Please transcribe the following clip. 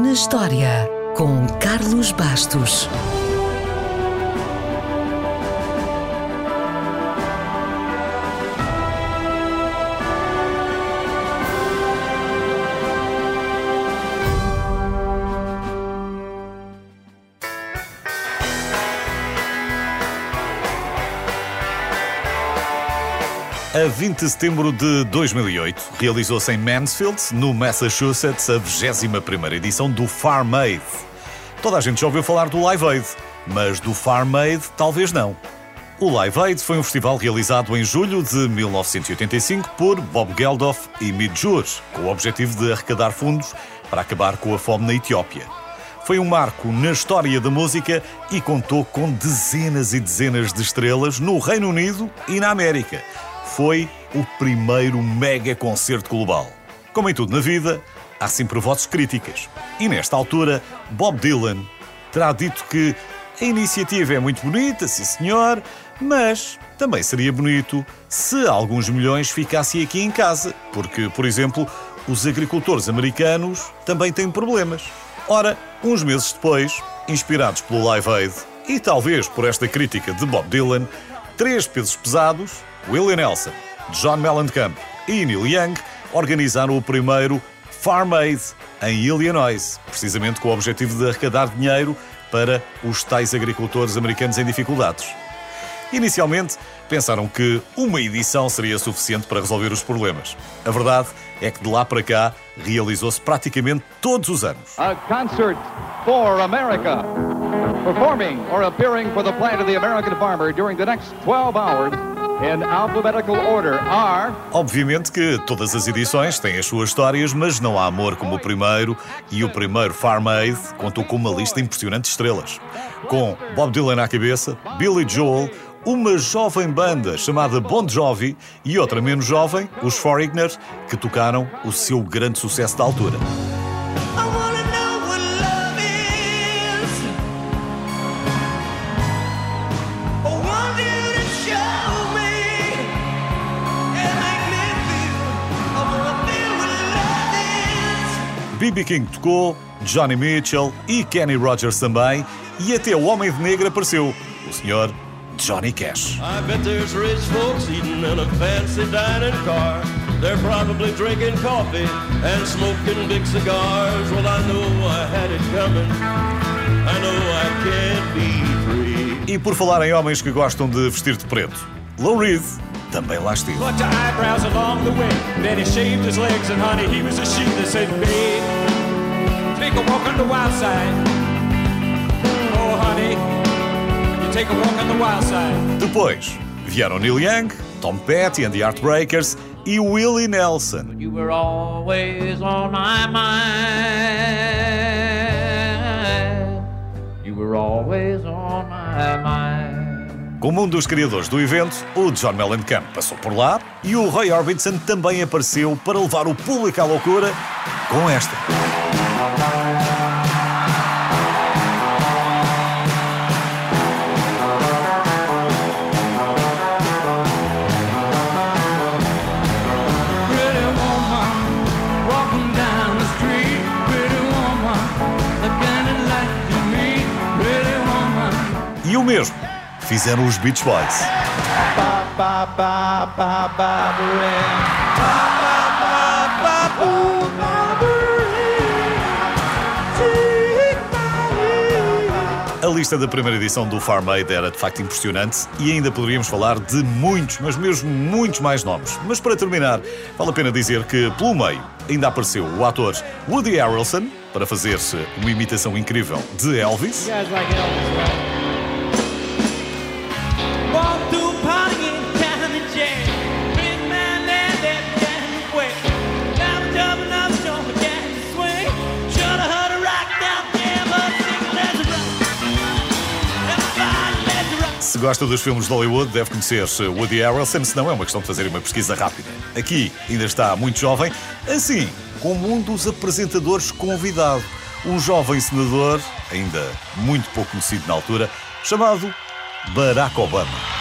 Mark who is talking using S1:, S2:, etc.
S1: na História, com Carlos Bastos.
S2: A 20 de setembro de 2008, realizou-se em Mansfield, no Massachusetts, a 21ª edição do Farm Aid. Toda a gente já ouviu falar do Live Aid, mas do Farm Aid talvez não. O Live Aid foi um festival realizado em julho de 1985 por Bob Geldof e Midge Ure, com o objetivo de arrecadar fundos para acabar com a fome na Etiópia. Foi um marco na história da música e contou com dezenas e dezenas de estrelas no Reino Unido e na América. Foi o primeiro mega concerto global. Como em tudo na vida, há sempre vozes críticas. E nesta altura, Bob Dylan terá dito que a iniciativa é muito bonita, sim senhor, mas também seria bonito se alguns milhões ficassem aqui em casa, porque, por exemplo, os agricultores americanos também têm problemas. Ora, uns meses depois, inspirados pelo Live Aid e talvez por esta crítica de Bob Dylan, 3 pesos pesados, Willie Nelson, John Mellencamp e Neil Young, organizaram o primeiro Farm Aid em Illinois, precisamente com o objetivo de arrecadar dinheiro para os tais agricultores americanos em dificuldades. Inicialmente, pensaram que uma edição seria suficiente para resolver os problemas. A verdade é que de lá para cá realizou-se praticamente todos os anos.
S3: A concert for America. Performing or appearing for the plight of the American farmer during the next 12 hours in alphabetical order are...
S2: Obviamente que todas as edições têm as suas histórias, mas não há amor como o primeiro, e o primeiro Farm Aid contou com uma lista impressionante de estrelas. Com Bob Dylan à cabeça, Billy Joel, uma jovem banda chamada Bon Jovi e outra menos jovem, os Foreigners, que tocaram o seu grande sucesso da altura. B.B. King tocou, Johnny Mitchell e Kenny Rogers também, e até o Homem de Negro apareceu, o Sr. Johnny Cash.
S4: I bet there's rich folks eating in a fancy dining car. They're probably drinking coffee and smoking big cigars. Well, I know I had it coming. I know I can't be free.
S2: E por falar em homens que gostam de vestir de preto, Lou Reed também lá esteve.
S5: But the eyebrows along the way, then he shaved his legs and honey, he was a sheep that said, babe, take a walk on the wild side. Oh, honey, you take a walk on the wild side.
S2: Depois vieram Neil Young, Tom Petty and the Heartbreakers e Willie Nelson.
S6: You were always on my mind. You were always on my mind.
S2: Como um dos criadores do evento, o John Mellencamp passou por lá e o Roy Orbison também apareceu para levar o público à loucura com esta. E o mesmo fizeram os Beach Boys. A lista da primeira edição do Farm Aid era de facto impressionante e ainda poderíamos falar de muitos, mas mesmo muitos mais nomes. Mas para terminar, vale a pena dizer que pelo meio ainda apareceu o ator Woody Harrelson para fazer-se uma imitação incrível de Elvis. Se gosta dos filmes de Hollywood, deve conhecer Woody Harrelson, se não é uma questão de fazer uma pesquisa rápida. Aqui ainda está muito jovem, assim como um dos apresentadores convidado, um jovem senador, ainda muito pouco conhecido na altura, chamado Barack Obama.